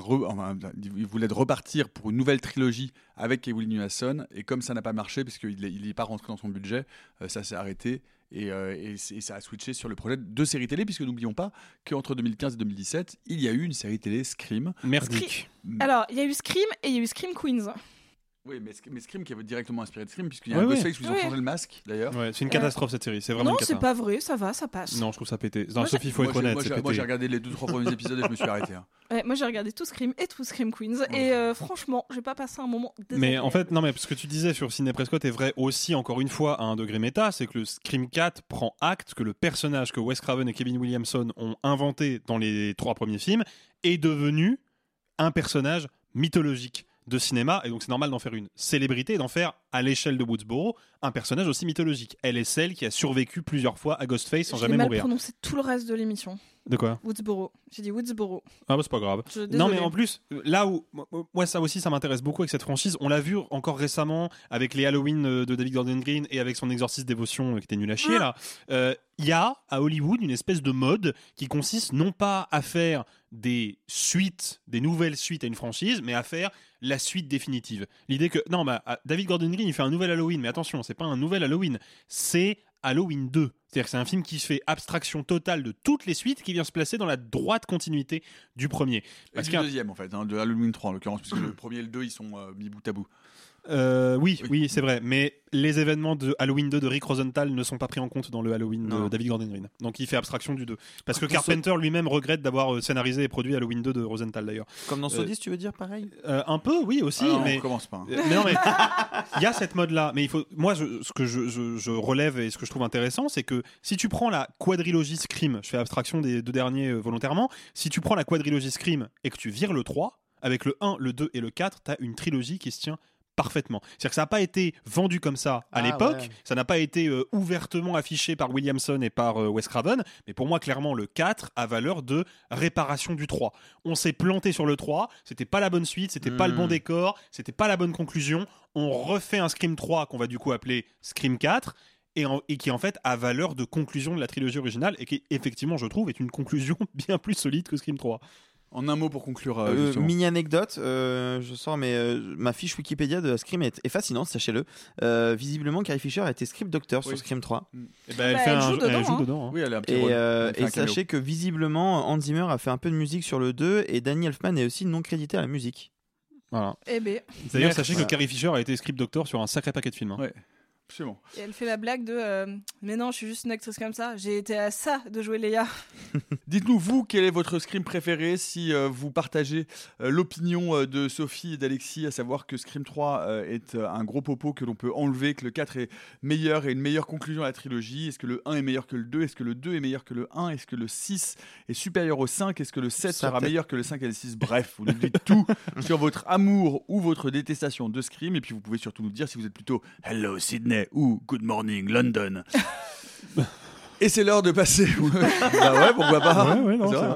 il voulait repartir pour une nouvelle trilogie avec Kevin Williamson. Et comme ça n'a pas marché, parce qu'il n'est pas rentré dans son budget, ça s'est arrêté. Et ça a switché sur le projet de série télé, puisque n'oublions pas qu'entre 2015 et 2017, il y a eu une série télé Scream. Merdique. Alors, il y a eu Scream et il y a eu Scream Queens. Oui, mais Scream qui est directement inspiré de Scream, puisqu'il y a un Ghostface où ils ont changé le masque, d'ailleurs. Ouais, c'est une catastrophe cette série, c'est vraiment une catastrophe. Non, c'est pas vrai, ça va, ça passe. Non, je trouve ça pété. Non, Sophie, il faut être honnête. Moi, j'ai regardé les 2-3 premiers épisodes et je me suis arrêté. Hein. Ouais, moi, j'ai regardé tout Scream et tout Scream Queens, et franchement, j'ai pas passé un moment désagréable. Mais en fait, non, mais ce que tu disais sur Sidney Prescott est vrai aussi, encore une fois, à un degré méta, c'est que le Scream 4 prend acte que le personnage que Wes Craven et Kevin Williamson ont inventé dans les 3 premiers films est devenu un personnage mythologique de cinéma, et donc c'est normal d'en faire une célébrité et d'en faire, à l'échelle de Woodsboro, un personnage aussi mythologique. Elle est celle qui a survécu plusieurs fois à Ghostface sans jamais mourir. J'ai mal prononcé tout le reste de l'émission. De quoi ? Woodsboro. J'ai dit Woodsboro. Ah bah c'est pas grave. Non mais en plus, là où moi ça aussi ça m'intéresse beaucoup avec cette franchise, on l'a vu encore récemment avec les Halloween de David Gordon Green et avec son Exorciste Dévotion qui était nul à chier là. Il y a à Hollywood une espèce de mode qui consiste non pas à faire des nouvelles suites à une franchise, mais à faire la suite définitive. L'idée que David Gordon Green il fait un nouvel Halloween, mais attention, c'est pas un nouvel Halloween, c'est Halloween 2. C'est-à-dire que c'est un film qui fait abstraction totale de toutes les suites, qui vient se placer dans la droite continuité du premier. Parce du deuxième en fait, de Halloween 3 en l'occurrence, puisque le premier et le 2 ils sont mis bout à bout. Oui, c'est vrai. Mais les événements de Halloween 2 de Rick Rosenthal ne sont pas pris en compte dans le Halloween de David Gordon Green. Donc il fait abstraction du 2. Parce que Carpenter lui-même regrette d'avoir scénarisé et produit Halloween 2 de Rosenthal d'ailleurs. Comme dans Sodis, tu veux dire pareil ? Un peu, oui aussi. Mais on commence pas. Mais non, mais il y a cette mode-là. Mais il faut. Moi, ce que je relève et ce que je trouve intéressant, c'est que si tu prends la quadrilogie Scream, je fais abstraction des 2 derniers volontairement, si tu prends la quadrilogie Scream et que tu vires le 3, avec le 1, le 2 et le 4, t'as une trilogie qui se tient parfaitement. C'est-à-dire que ça n'a pas été vendu comme ça à l'époque, ça n'a pas été ouvertement affiché par Williamson et par Wes Craven, mais pour moi, clairement, le 4 a valeur de réparation du 3. On s'est planté sur le 3, c'était pas la bonne suite, c'était pas le bon décor, c'était pas la bonne conclusion. On refait un Scream 3 qu'on va du coup appeler Scream 4, et qui en fait a valeur de conclusion de la trilogie originale, et qui effectivement, je trouve, est une conclusion bien plus solide que Scream 3. En un mot pour conclure. Mini anecdote, je sors ma fiche Wikipédia de Scream est fascinante, sachez-le. Visiblement, Carrie Fisher a été script doctor sur Scream 3. Et elle joue dedans. Oui, elle a un petit rôle. Et sachez que visiblement, Hans Zimmer a fait un peu de musique sur le 2 et Danny Elfman est aussi non crédité à la musique. Voilà. D'ailleurs, sachez que Carrie Fisher a été script doctor sur un sacré paquet de films. Ouais. Absolument. Et elle fait la blague de mais non, je suis juste une actrice comme ça, j'ai été à ça de jouer Léa. Dites-nous, vous, quel est votre Scream préféré, si vous partagez l'opinion de Sophie et d'Alexis, à savoir que Scream 3 est un gros popo que l'on peut enlever, que le 4 est meilleur et une meilleure conclusion à la trilogie. Est-ce que le 1 est meilleur que le 2 ? Est-ce que le 2 est meilleur que le 1 ? Est-ce que le 6 est supérieur au 5 ? Est-ce que le 7 sera meilleur que le 5 et le 6 ? Bref, vous nous dites tout sur votre amour ou votre détestation de Scream, et puis vous pouvez surtout nous dire si vous êtes plutôt « Hello Sydney » ou « Good morning London ». Et c'est l'heure de passer. Bah ouais, pourquoi pas. Ouais, non, c'est vrai.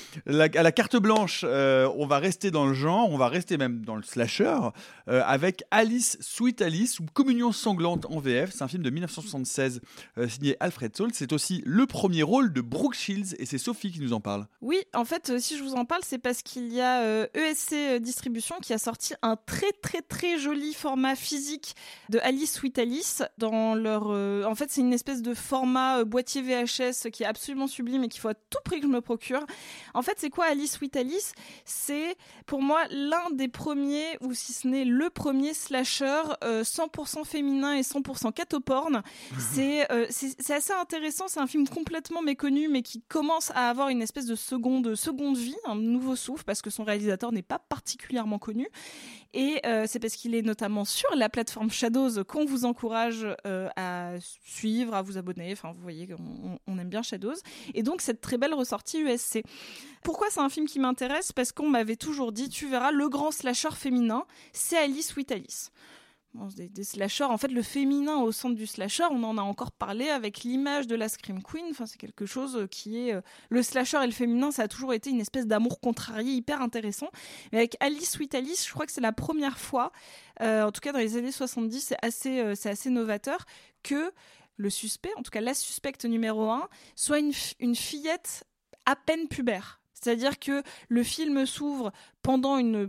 À la carte blanche, on va rester dans le genre, on va rester même dans le slasher, avec Alice, Sweet Alice, ou Communion sanglante en VF. C'est un film de 1976 signé Alfred Salt. C'est aussi le premier rôle de Brooke Shields, et c'est Sophie qui nous en parle. Oui, en fait, si je vous en parle, c'est parce qu'il y a ESC Distribution qui a sorti un très très très joli format physique de Alice, Sweet Alice. Dans leur, en fait, c'est une espèce de format boîtier VHS qui est absolument sublime et qu'il faut à tout prix que je me procure. En fait, c'est quoi Alice, Sweet Alice ? C'est pour moi l'un des premiers, ou si ce n'est le premier slasher 100% féminin et 100% catoporn. C'est assez intéressant, c'est un film complètement méconnu mais qui commence à avoir une espèce de seconde vie, un nouveau souffle, parce que son réalisateur n'est pas particulièrement connu. Et c'est parce qu'il est notamment sur la plateforme Shadows qu'on vous encourage à suivre, à vous abonner. Enfin, vous voyez qu'on aime bien Shadows. Et donc, cette très belle ressortie USC. Pourquoi c'est un film qui m'intéresse ? Parce qu'on m'avait toujours dit, tu verras, le grand slasher féminin, c'est Alice, Sweet Alice. Bon, des slashers, en fait, le féminin au centre du slasher, on en a encore parlé avec l'image de la Scream Queen. Enfin, c'est quelque chose qui est... le slasher et le féminin, ça a toujours été une espèce d'amour contrarié hyper intéressant. Mais avec Alice, Sweet Alice, je crois que c'est la première fois, en tout cas dans les années 70, c'est assez novateur, que le suspect, en tout cas la suspecte numéro 1, soit une fillette à peine pubère. C'est-à-dire que le film s'ouvre pendant une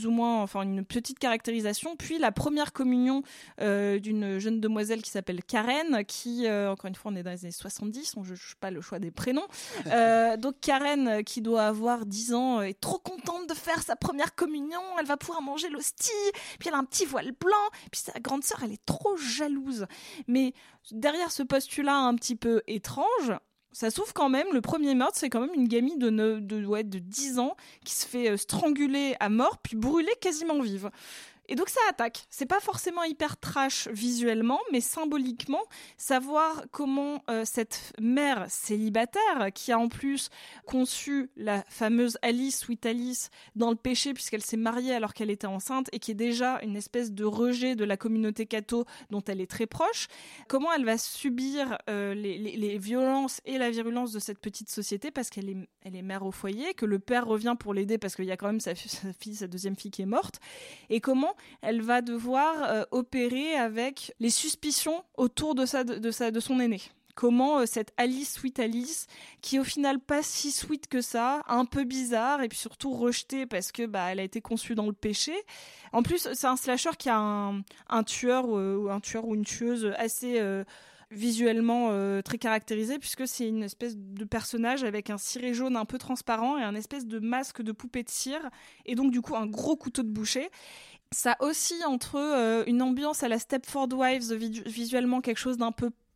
petite caractérisation, puis la première communion d'une jeune demoiselle qui s'appelle Karen, qui, encore une fois, on est dans les années 70, on ne juge pas le choix des prénoms. Donc Karen, qui doit avoir 10 ans, est trop contente de faire sa première communion, elle va pouvoir manger l'hostie, puis elle a un petit voile blanc, puis sa grande sœur, elle est trop jalouse. Mais derrière ce postulat un petit peu étrange, ça s'ouvre quand même, le premier meurtre, c'est quand même une gamine de 10 ans qui se fait stranguler à mort, puis brûler quasiment vive. Et donc ça attaque. C'est pas forcément hyper trash visuellement, mais symboliquement, savoir comment cette mère célibataire, qui a en plus conçu la fameuse Alice, Sweet Alice, dans le péché, puisqu'elle s'est mariée alors qu'elle était enceinte, et qui est déjà une espèce de rejet de la communauté catho dont elle est très proche, comment elle va subir les violences et la virulence de cette petite société, parce qu'elle est mère au foyer, que le père revient pour l'aider, parce qu'il y a quand même sa deuxième fille qui est morte, et comment elle va devoir opérer avec les suspicions autour de son aîné. Comment cette Alice, Sweet Alice, qui est au final pas si sweet que ça, un peu bizarre et puis surtout rejetée parce que elle a été conçue dans le péché. En plus, c'est un slasher qui a un tueur ou une tueuse assez visuellement très caractérisé, puisque c'est une espèce de personnage avec un ciré jaune un peu transparent et un espèce de masque de poupée de cire, et donc du coup un gros couteau de boucher. Ça oscille entre une ambiance à la Stepford Wives, visuellement quelque chose d'un peu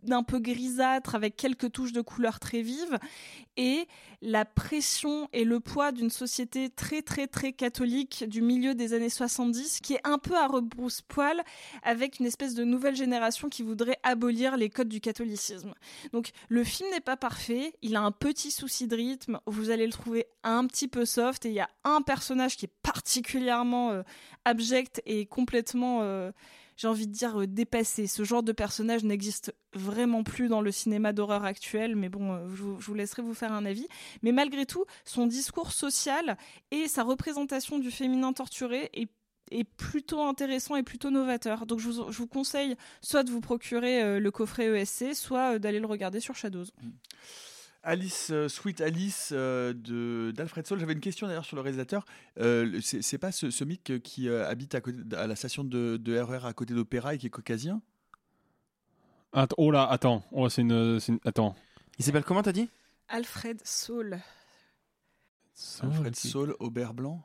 d'un peu grisâtre avec quelques touches de couleurs très vives, et la pression et le poids d'une société très très très catholique du milieu des années 70 qui est un peu à rebrousse-poil avec une espèce de nouvelle génération qui voudrait abolir les codes du catholicisme. Donc le film n'est pas parfait, il a un petit souci de rythme, vous allez le trouver un petit peu soft, et il y a un personnage qui est particulièrement abject et complètement... j'ai envie de dire dépassé. Ce genre de personnage n'existe vraiment plus dans le cinéma d'horreur actuel, mais bon, je vous laisserai vous faire un avis. Mais malgré tout, son discours social et sa représentation du féminin torturé est plutôt intéressant et plutôt novateur. Donc je vous conseille soit de vous procurer le coffret ESC, soit d'aller le regarder sur Shadows. Alice, Sweet Alice d'Alfred Saul. J'avais une question d'ailleurs sur le réalisateur. C'est pas ce mec qui habite à la station de RER à côté d'Opéra et qui est caucasien? Attends. Attends. Il s'appelle comment, t'as dit? Alfred Saul. Alfred Saul, Aubert Blanc.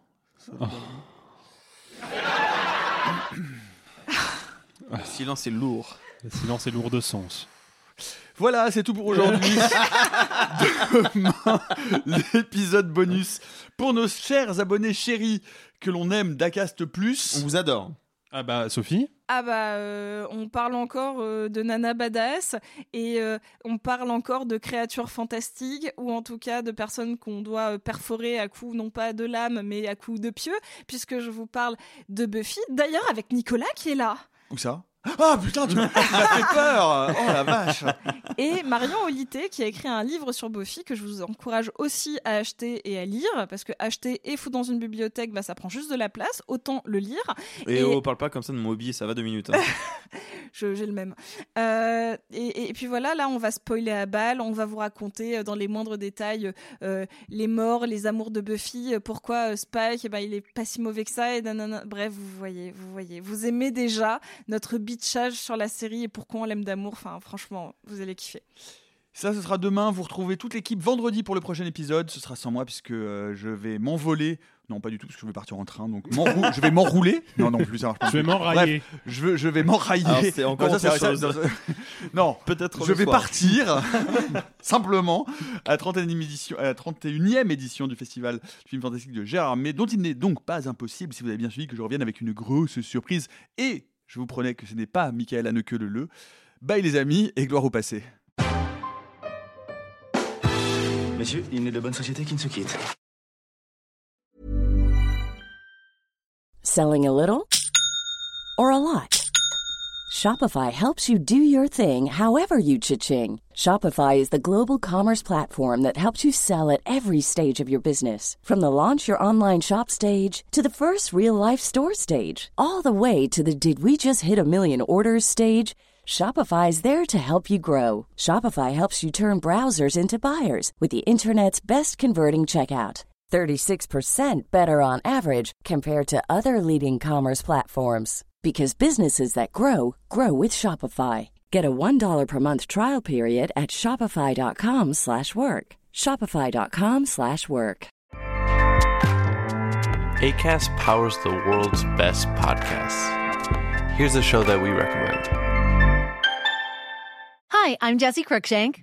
Le silence est lourd. Le silence est lourd de sens. Voilà, c'est tout pour aujourd'hui. Demain, l'épisode bonus pour nos chers abonnés chéris que l'on aime d'Acast Plus. On vous adore. Ah bah, Sophie? On parle encore de Nana Badass et on parle encore de créatures fantastiques, ou en tout cas de personnes qu'on doit perforer à coups non pas de lame mais à coups de pieu, puisque je vous parle de Buffy, d'ailleurs avec Nicolas qui est là. Où ça? Ah putain, tu m'as fait peur. Oh la vache. Et Marion Olité qui a écrit un livre sur Buffy que je vous encourage aussi à acheter et à lire, parce que acheter et foutre dans une bibliothèque, ça prend juste de la place, autant le lire. Et on parle pas comme ça de mon hobby, ça va 2 minutes. Hein. J'ai le même. Et puis voilà, là on va spoiler à balle, on va vous raconter dans les moindres détails les morts, les amours de Buffy, pourquoi Spike, il est pas si mauvais que ça, et nanana. Bref, vous voyez, vous aimez déjà notre bitchage sur la série et pourquoi on l'aime d'amour. Enfin, franchement, vous allez kiffer. Ça, ce sera demain. Vous retrouvez toute l'équipe vendredi pour le prochain épisode. Ce sera sans moi puisque je vais m'envoler. Non, pas du tout, parce que je vais partir en train. Donc, je vais m'enrouler. Non, plus, ça marche pas. Je vais m'enrailler. Bref, je vais m'enrailler. Alors, c'est encore autre chose. Non, peut-être je vais partir simplement à la 31e édition du Festival du film fantastique de Gérard Armé, dont il n'est donc pas impossible, si vous avez bien suivi, que je revienne avec une grosse surprise. Et je vous promets que ce n'est pas Michael Haneke le. Bye les amis et gloire au passé. Messieurs, il n'est de bonne société qui ne se quitte. Selling a little or a lot? Shopify helps you do your thing however you cha-ching. Shopify is the global commerce platform that helps you sell at every stage of your business. From the launch your online shop stage to the first real-life store stage, all the way to the did we just hit a million orders stage. Shopify is there to help you grow. Shopify helps you turn browsers into buyers with the internet's best converting checkout. 36% better on average compared to other leading commerce platforms. Because businesses that grow, grow with Shopify. Get a $1 per month trial period at shopify.com/work. Shopify.com/work. Acast powers the world's best podcasts. Here's a show that we recommend. Hi, I'm Jessie Cruikshank.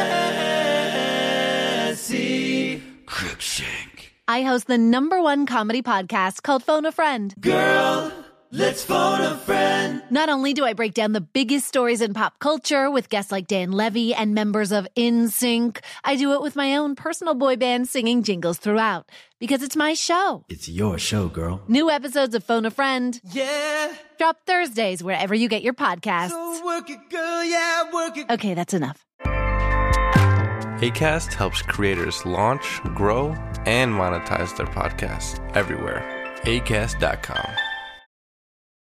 Jessie Cruikshank. I host the #1 comedy podcast called Phone a Friend. Girl, let's phone a friend. Not only do I break down the biggest stories in pop culture with guests like Dan Levy and members of NSYNC, I do it with my own personal boy band singing jingles throughout. Because it's my show. It's your show, girl. New episodes of Phone a Friend. Yeah. Drop Thursdays wherever you get your podcasts. So work it, girl, yeah, work it. Okay, that's enough. Acast helps creators launch, grow, and monetize their podcasts everywhere. Acast.com.